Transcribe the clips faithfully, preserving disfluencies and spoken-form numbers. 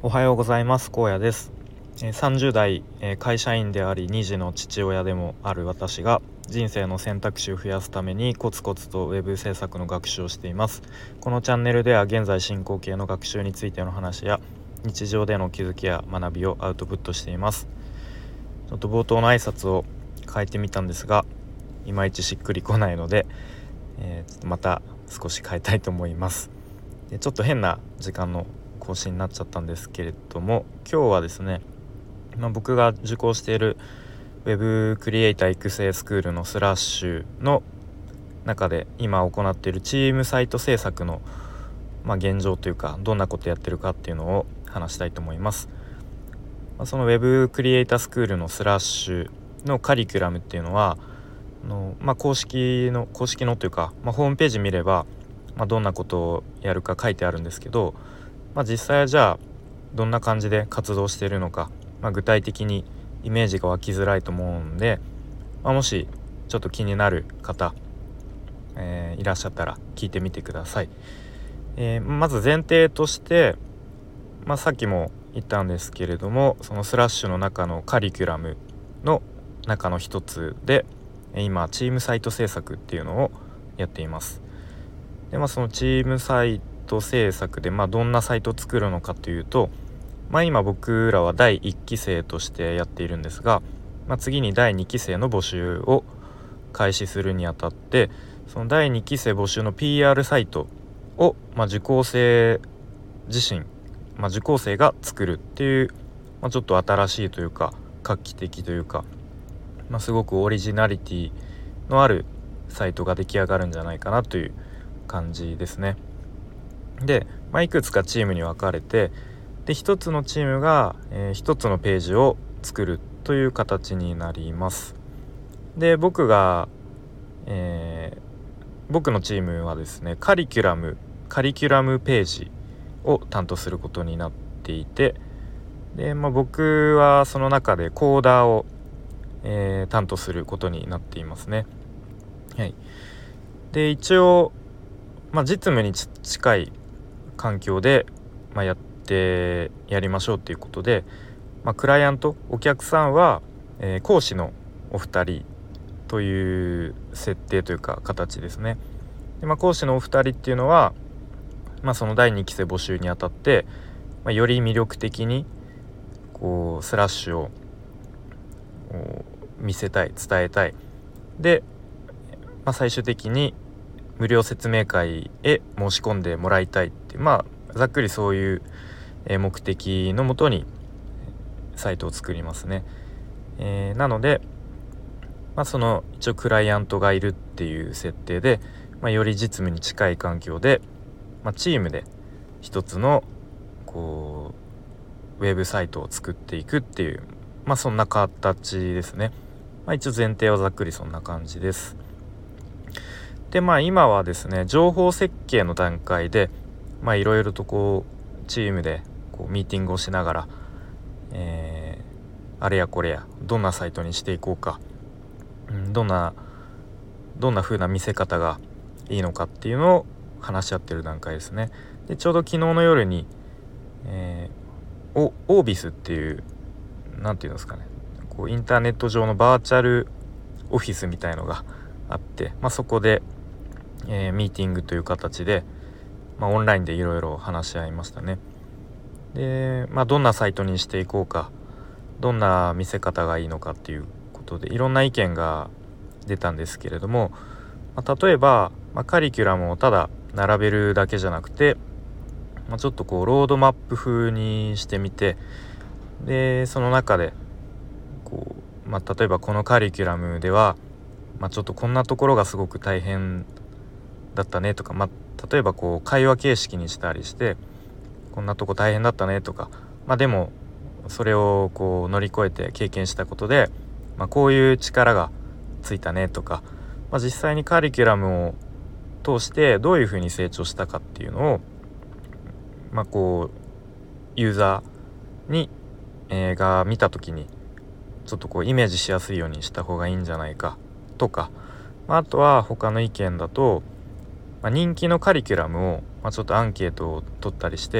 おはようございます。荒野です。えーさんじゅう代、えー会社員でありに児の父親でもある私が人生の選択肢を増やすためにコツコツとウェブ制作の学習をしています。このチャンネルでは現在進行形の学習についての話や日常での気づきや学びをアウトプットしています。ちょっと冒頭の挨拶を変えてみたんですが、いまいちしっくりこないので、えーちょっとまた少し変えたいと思います。でちょっと変な時間の更新になっちゃったんですけれども、今日はですね、まあ、僕が受講しているウェブクリエイター育成スクールのスラッシュの中で今行っているチームサイト制作の、まあ、現状というか、どんなことやってるかっていうのを話したいと思います。まあ、そのウェブクリエイタースクールのスラッシュのカリキュラムっていうのはあの、まあ、公式の公式のというか、まあ、ホームページ見れば、まあ、どんなことをやるか書いてあるんですけど、まあ、実際はじゃあどんな感じで活動しているのか、まあ、具体的にイメージが湧きづらいと思うんで、まあ、もしちょっと気になる方、えーいらっしゃったら聞いてみてください。えーまず前提として、まあ、さっきも言ったんですけれども、そのスラッシュの中のカリキュラムの中の一つで今チームサイト制作っていうのをやっています。で、まあ、そのチームサイト制作で、まあ、どんなサイトを作るのかというと、まあ、今僕らはだいいっき生としてやっているんですが、まあ、次にだいにき生の募集を開始するにあたって、そのだいにき生募集の ピーアール サイトを、まあ、受講生自身、まあ、受講生が作るっていう、まあ、ちょっと新しいというか画期的というか、まあ、すごくオリジナリティのあるサイトが出来上がるんじゃないかなという感じですね。で、まあ、いくつかチームに分かれて、で一つのチームが、えー、一つのページを作るという形になります。で僕が、えー僕のチームはですね、カリキュラムカリキュラムページを担当することになっていて、で、まあ、僕はその中でコーダーを、えー担当することになっていますね。はい。で一応、まあ、実務にち近い環境で、まあ、やってやりましょうということで、まあ、クライアントお客さんは、えー講師のお二人という設定というか形ですね。で、まあ、講師のお二人っていうのは、まあ、そのだいにき生募集にあたって、まあ、より魅力的にこうスラッシュをこう見せたい、伝えたい。で、まあ、最終的に無料説明会へ申し込んでもらいたいっていう、まあざっくりそういうえー目的のもとにサイトを作りますね。えーなので、まあ、その一応クライアントがいるっていう設定で、まあ、より実務に近い環境で、まあ、チームで一つのこうウェブサイトを作っていくっていう、まあそんな形ですね。まあ、一応前提はざっくりそんな感じです。で、まあ今はですね、情報設計の段階で、まあいろいろとこうチームでこうミーティングをしながら、えーあれやこれやどんなサイトにしていこうか、うん、どんなどんな風な見せ方がいいのかっていうのを話し合ってる段階ですね。でちょうど昨日の夜に、えー、オオービスっていう、なんていうんですかね、こうインターネット上のバーチャルオフィスみたいのがあって、まあ、そこで、えーミーティングという形で、まあ、オンラインでいろいろ話し合いましたね。で、まあ、どんなサイトにしていこうか、どんな見せ方がいいのかっていうことでいろんな意見が出たんですけれども、まあ、例えば、まあ、カリキュラムをただ並べるだけじゃなくて、まあ、ちょっとこうロードマップ風にしてみて、でその中でこう、まあ、例えばこのカリキュラムでは、まあ、ちょっとこんなところがすごく大変だったねとか、まあ、例えばこう会話形式にしたりして、こんなとこ大変だったねとか、まあ、でもそれをこう乗り越えて経験したことで、まあ、こういう力がついたねとか、まあ、実際にカリキュラムを通してどういうふうに成長したかっていうのを、まあ、こうユーザーに、えーが見た時にちょっとこうイメージしやすいようにした方がいいんじゃないかとか、まあ、あとは他の意見だと、まあ、人気のカリキュラムを、まあ、ちょっとアンケートを取ったりして、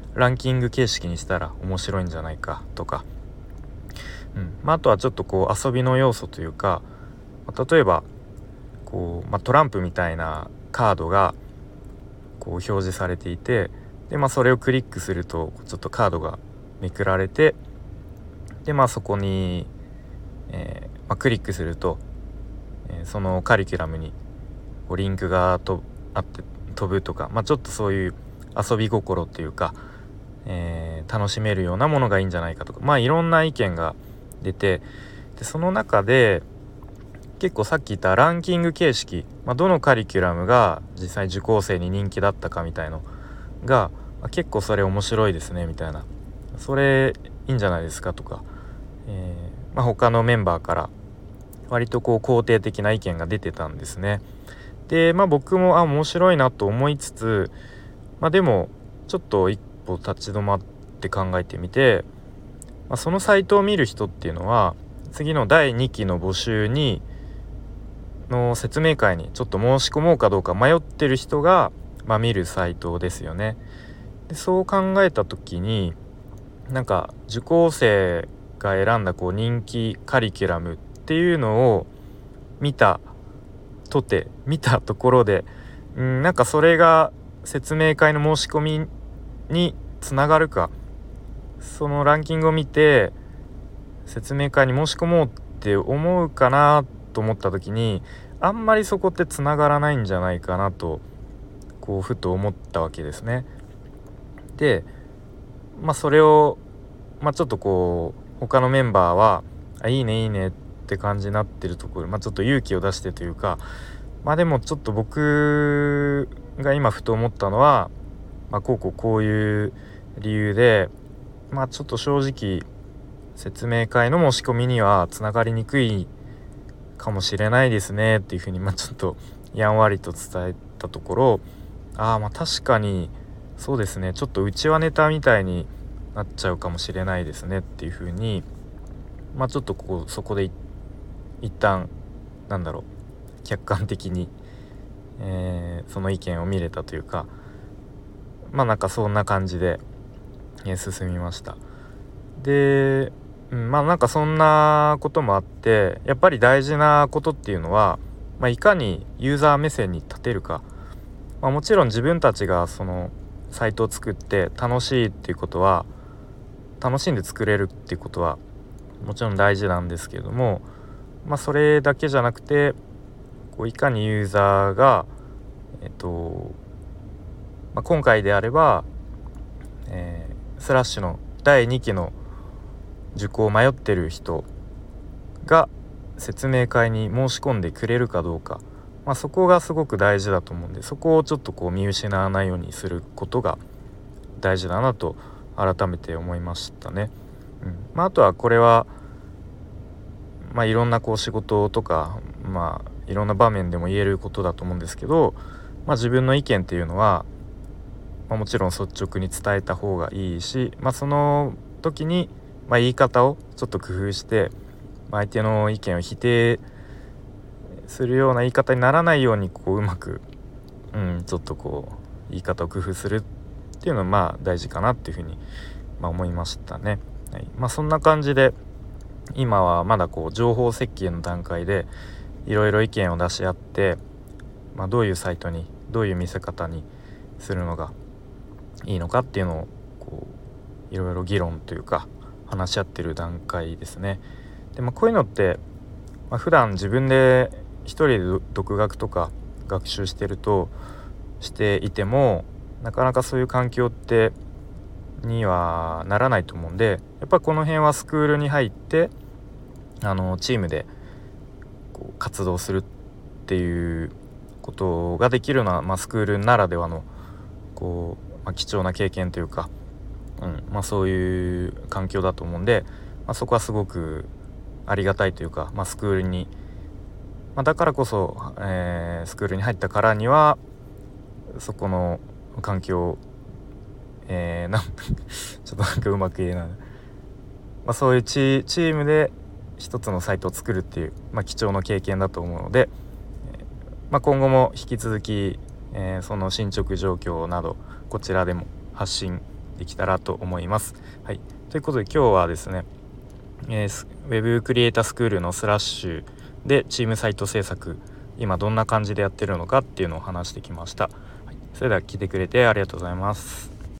ランキング形式にしたら面白いんじゃないかとか、うんまあ、あとはちょっとこう遊びの要素というか、例えばこう、まあ、トランプみたいなカードがこう表示されていて、で、まあ、それをクリックするとちょっとカードがめくられて、で、まあ、そこに、えーまあ、クリックすると、えーそのカリキュラムにこうリンクがとあって飛ぶとか、まあ、ちょっとそういう遊び心っていうか、えー楽しめるようなものがいいんじゃないかとか、まあいろんな意見が出て、でその中で結構さっき言ったランキング形式、まあ、どのカリキュラムが実際受講生に人気だったかみたいのが、まあ、結構それ面白いですねみたいな、それいいんじゃないですかとか、えーまあ、他のメンバーから割とこう肯定的な意見が出てたんですね。で、まあ、僕もあ面白いなと思いつつ、まあ、でもちょっと一歩立ち止まって考えてみて、まあ、そのサイトを見る人っていうのは次のだいにきの募集にの説明会にちょっと申し込もうかどうか迷ってる人が、まあ、見るサイトですよね。でそう考えた時に、なんか受講生が選んだこう人気カリキュラムっていうのを見たとて見たところで、うん、なんかそれが説明会の申し込みにつながるか、そのランキングを見て説明会に申し込もうって思うかなと思った時に、あんまりそこってつながらないんじゃないかなとこうふと思ったわけですね。で、まあそれを、まあ、ちょっとこう他のメンバーはあいいねいいねって感じになってるところ、まあ、ちょっと勇気を出してというか、まあでもちょっと僕が今ふと思ったのは、まあ、こうこうこういう理由で、まあちょっと正直説明会の申し込みにはつながりにくいかもしれないですねっていうふうに、まあちょっとやんわりと伝えたところ、ああまあ確かにそうですね、ちょっとうちわネタみたいになっちゃうかもしれないですねっていうふうに、まあちょっとこうそこでい一旦なんだろう客観的に、えーその意見を見れたというか、まあなんかそんな感じで、えー進みました。で、うん、まあなんかそんなこともあって、やっぱり大事なことっていうのは、まあ、いかにユーザー目線に立てるか、まあ、もちろん自分たちがそのサイトを作って楽しいっていうことは、楽しんで作れるっていうことはもちろん大事なんですけれども、まあ、それだけじゃなくて、こういかにユーザーが、えっとまあ、今回であれば、えースラッシュのだいにきの受講を迷ってる人が説明会に申し込んでくれるかどうか、まあ、そこがすごく大事だと思うんで、そこをちょっとこう見失わないようにすることが大事だなと改めて思いましたね。うんまあ、あとはこれは、まあ、いろんなこう仕事とか、まあ、いろんな場面でも言えることだと思うんですけど、まあ、自分の意見っていうのは、まあ、もちろん率直に伝えた方がいいし、まあ、その時に、まあ、言い方をちょっと工夫して、まあ、相手の意見を否定するような言い方にならないようにこううまく、うん、ちょっとこう言い方を工夫するっていうのはまあ大事かなっていうふうに、まあ、思いましたね。はい、まあそんな感じで今はまだこう情報設計の段階でいろいろ意見を出し合って、まあ、どういうサイトにどういう見せ方にするのがいいのかっていうのをこういろいろ議論というか話し合ってる段階ですね。で、まあ、こういうのって、まあ、普段自分で一人で独学とか学習してるとしていてもなかなかそういう環境ってにはならないと思うんで、やっぱこの辺はスクールに入ってあのチームでこう活動するっていうことができるのは、まあ、スクールならではのこう、まあ、貴重な経験というか、うんまあ、そういう環境だと思うんで、まあ、そこはすごくありがたいというか、まあ、スクールに、まあ、だからこそ、えー、スクールに入ったからにはそこの環境、えー、なんちょっとなんかうまく言えない、まあ、そういうチ、チームで一つのサイトを作るっていう、まあ、貴重な経験だと思うので、えーまあ、今後も引き続き、えー、その進捗状況などこちらでも発信できたらと思います。はい、ということで今日はですね、えー、ウェブクリエイタースクールのスラッシュでチームサイト制作今どんな感じでやってるのかっていうのを話してきました。はい、それでは聞いてくれてありがとうございます。